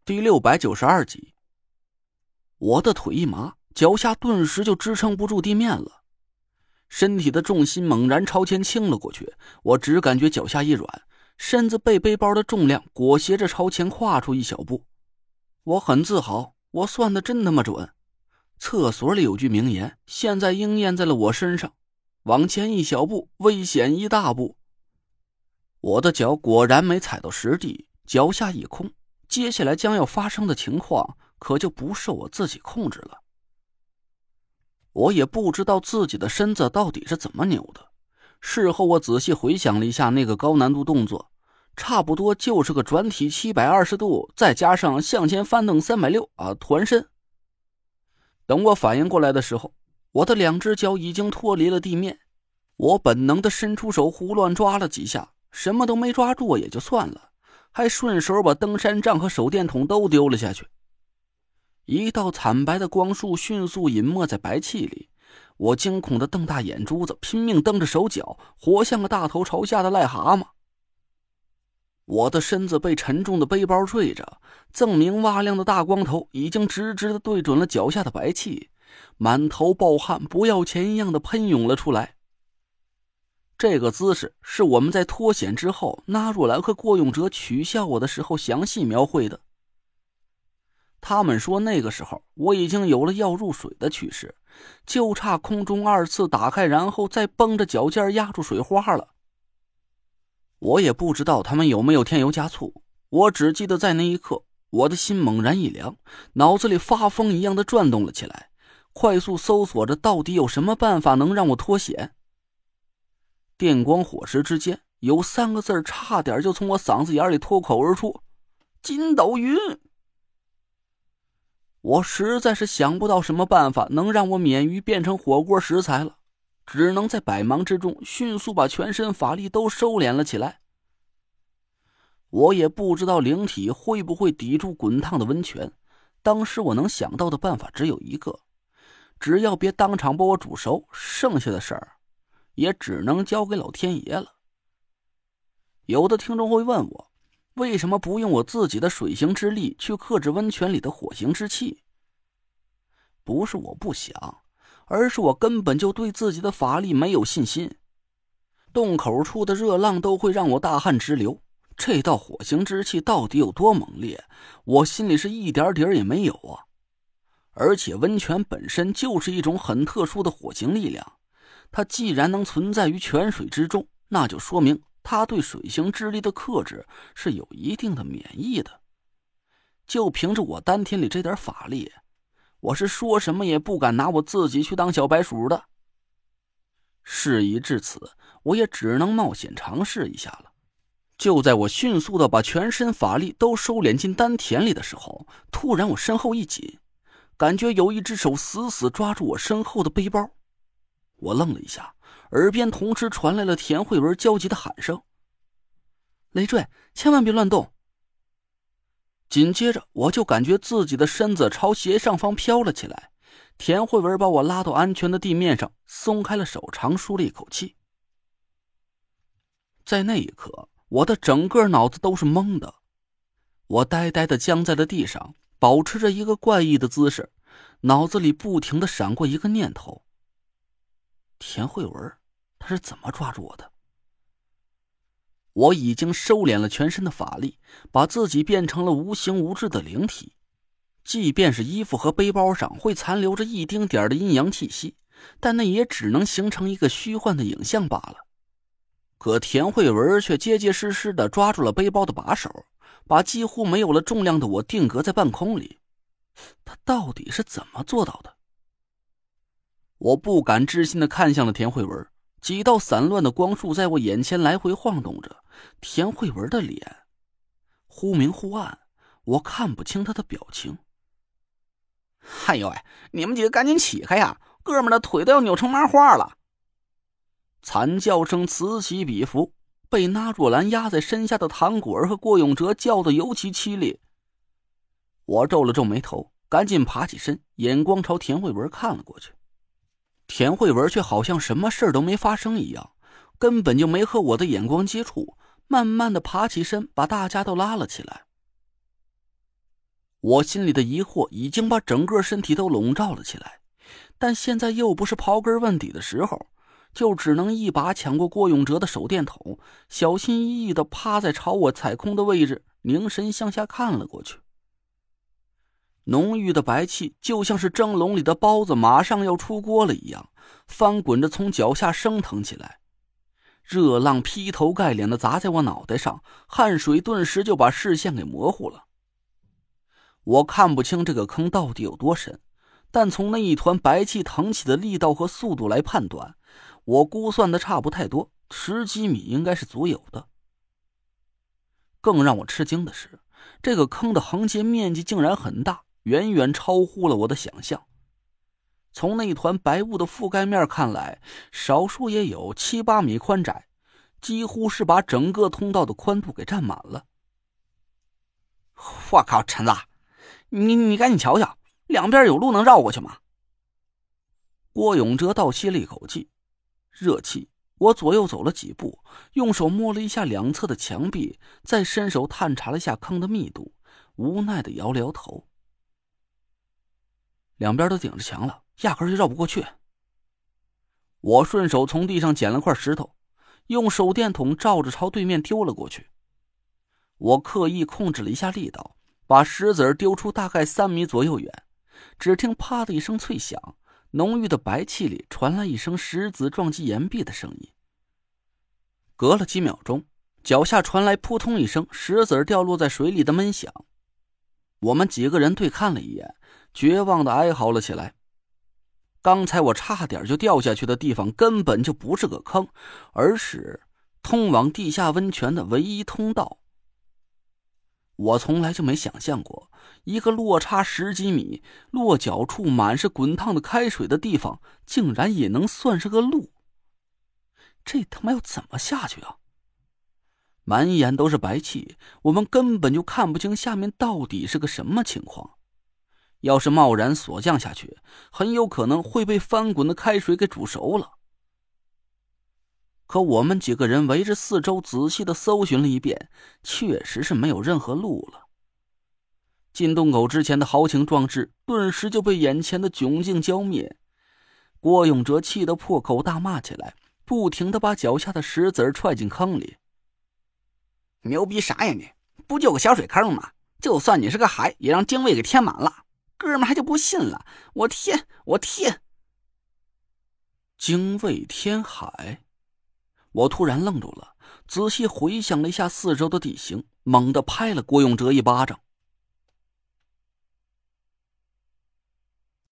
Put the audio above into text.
第692集。我的腿一麻，脚下顿时就支撑不住地面了，身体的重心猛然朝前倾了过去，我只感觉脚下一软，身子被背包的重量裹挟着朝前跨出一小步。我很自豪，我算得真他妈准。厕所里有句名言，现在应验在了我身上：往前一小步，危险一大步。我的脚果然没踩到实地，脚下一空，接下来将要发生的情况可就不受我自己控制了。我也不知道自己的身子到底是怎么扭的，事后我仔细回想了一下那个高难度动作，差不多就是个转体720度，再加上向前翻蹬360团身。等我反应过来的时候，我的两只脚已经脱离了地面，我本能地伸出手胡乱抓了几下，什么都没抓住也就算了，还顺手把登山杖和手电筒都丢了下去。一道惨白的光束迅速隐没在白气里，我惊恐地瞪大眼珠子，拼命蹬着手脚，活像个大头朝下的癞蛤蟆。我的身子被沉重的背包坠着，锃明瓦亮的大光头已经直直地对准了脚下的白气，满头暴汗不要钱一样的喷涌了出来。这个姿势是我们在脱险之后，纳若兰和郭永哲取笑我的时候详细描绘的。他们说那个时候我已经有了要入水的趋势，就差空中2次打开，然后再绷着脚尖压住水花了。我也不知道他们有没有添油加醋，我只记得在那一刻，我的心猛然一凉，脑子里发疯一样的转动了起来，快速搜索着到底有什么办法能让我脱险。电光火石之间，有3个字差点就从我嗓子眼里脱口而出：筋斗云。我实在是想不到什么办法能让我免于变成火锅食材了，只能在百忙之中迅速把全身法力都收敛了起来。我也不知道灵体会不会抵住滚烫的温泉，当时我能想到的办法只有一个，只要别当场把我煮熟，剩下的事儿也只能交给老天爷了。有的听众会问我，为什么不用我自己的水行之力去克制温泉里的火行之气？不是我不想，而是我根本就对自己的法力没有信心。洞口处的热浪都会让我大汗直流，这道火行之气到底有多猛烈，我心里是一点底儿也没有啊。而且温泉本身就是一种很特殊的火行力量，它既然能存在于泉水之中，那就说明它对水行之力的克制是有一定的免疫的。就凭着我丹田里这点法力，我是说什么也不敢拿我自己去当小白鼠的。事已至此，我也只能冒险尝试一下了。就在我迅速的把全身法力都收敛进丹田里的时候，突然我身后一紧，感觉有一只手死死抓住我身后的背包。我愣了一下，耳边同时传来了田慧文焦急的喊声：累赘，千万别乱动。紧接着我就感觉自己的身子朝斜上方飘了起来，田慧文把我拉到安全的地面上，松开了手，长舒了一口气。在那一刻，我的整个脑子都是懵的，我呆呆地僵在了地上，保持着一个怪异的姿势，脑子里不停地闪过一个念头：田慧文他是怎么抓住我的？我已经收敛了全身的法力，把自己变成了无形无质的灵体，即便是衣服和背包上会残留着一丁点的阴阳气息，但那也只能形成一个虚幻的影像罢了。可田慧文却结结实实地抓住了背包的把手，把几乎没有了重量的我定格在半空里。他到底是怎么做到的？我不敢置信地看向了田慧文，几道散乱的光束在我眼前来回晃动着，田慧文的脸忽明忽暗，我看不清他的表情。 哎呦喂，你们几个赶紧起开呀，哥们的腿都要扭成麻花了。 惨叫声此起彼伏，被纳若兰压在身下的唐果儿和郭永哲叫得尤其凄厉。我皱了皱眉头，赶紧爬起身，眼光朝田慧文看了过去。田慧文却好像什么事都没发生一样，根本就没和我的眼光接触，慢慢的爬起身，把大家都拉了起来。 我心里的疑惑已经把整个身体都笼罩了起来，但现在又不是刨根问底的时候，就只能一把抢过郭永哲的手电筒，小心翼翼地趴在朝我踩空的位置，凝神向下看了过去。浓郁的白气就像是蒸笼里的包子马上要出锅了一样，翻滚着从脚下升腾起来，热浪劈头盖脸地砸在我脑袋上，汗水顿时就把视线给模糊了。我看不清这个坑到底有多深，但从那一团白气腾起的力道和速度来判断，我估算的差不太多，10几米应该是足有的。更让我吃惊的是，这个坑的横截面积竟然很大，远远超乎了我的想象。从那团白雾的覆盖面看来，少说也有7、8米宽窄，几乎是把整个通道的宽度给占满了。 我靠，陈子，你赶紧瞧瞧，两边有路能绕过去吗？ 郭永哲倒吸了一口气，热气。我左右走了几步，用手摸了一下两侧的墙壁，再伸手探查了一下坑的密度，无奈地摇了摇头。两边都顶着墙了，压根就绕不过去。我顺手从地上捡了块石头，用手电筒照着朝对面丢了过去。我刻意控制了一下力道，把石子丢出大概3米左右远，只听啪的一声脆响，浓郁的白气里传来一声石子撞击岩壁的声音。隔了几秒钟，脚下传来扑通一声石子掉落在水里的闷响。我们几个人对看了一眼，绝望地哀嚎了起来。刚才我差点就掉下去的地方根本就不是个坑，而是通往地下温泉的唯一通道。我从来就没想象过，一个落差10几米、落脚处满是滚烫的开水的地方，竟然也能算是个路。这他妈要怎么下去啊？满眼都是白气，我们根本就看不清下面到底是个什么情况。要是贸然锁降下去，很有可能会被翻滚的开水给煮熟了。可我们几个人围着四周仔细地搜寻了一遍，确实是没有任何路了。进洞口之前的豪情壮志顿时就被眼前的窘境浇灭。郭永哲气得破口大骂起来，不停地把脚下的石子踹进坑里。 牛逼啥呀你？不就个小水坑吗？就算你是个海，也让精卫给填满了。哥们还就不信了，我天！ 精卫填海？我突然愣住了，仔细回想了一下四周的地形，猛地拍了郭永哲一巴掌。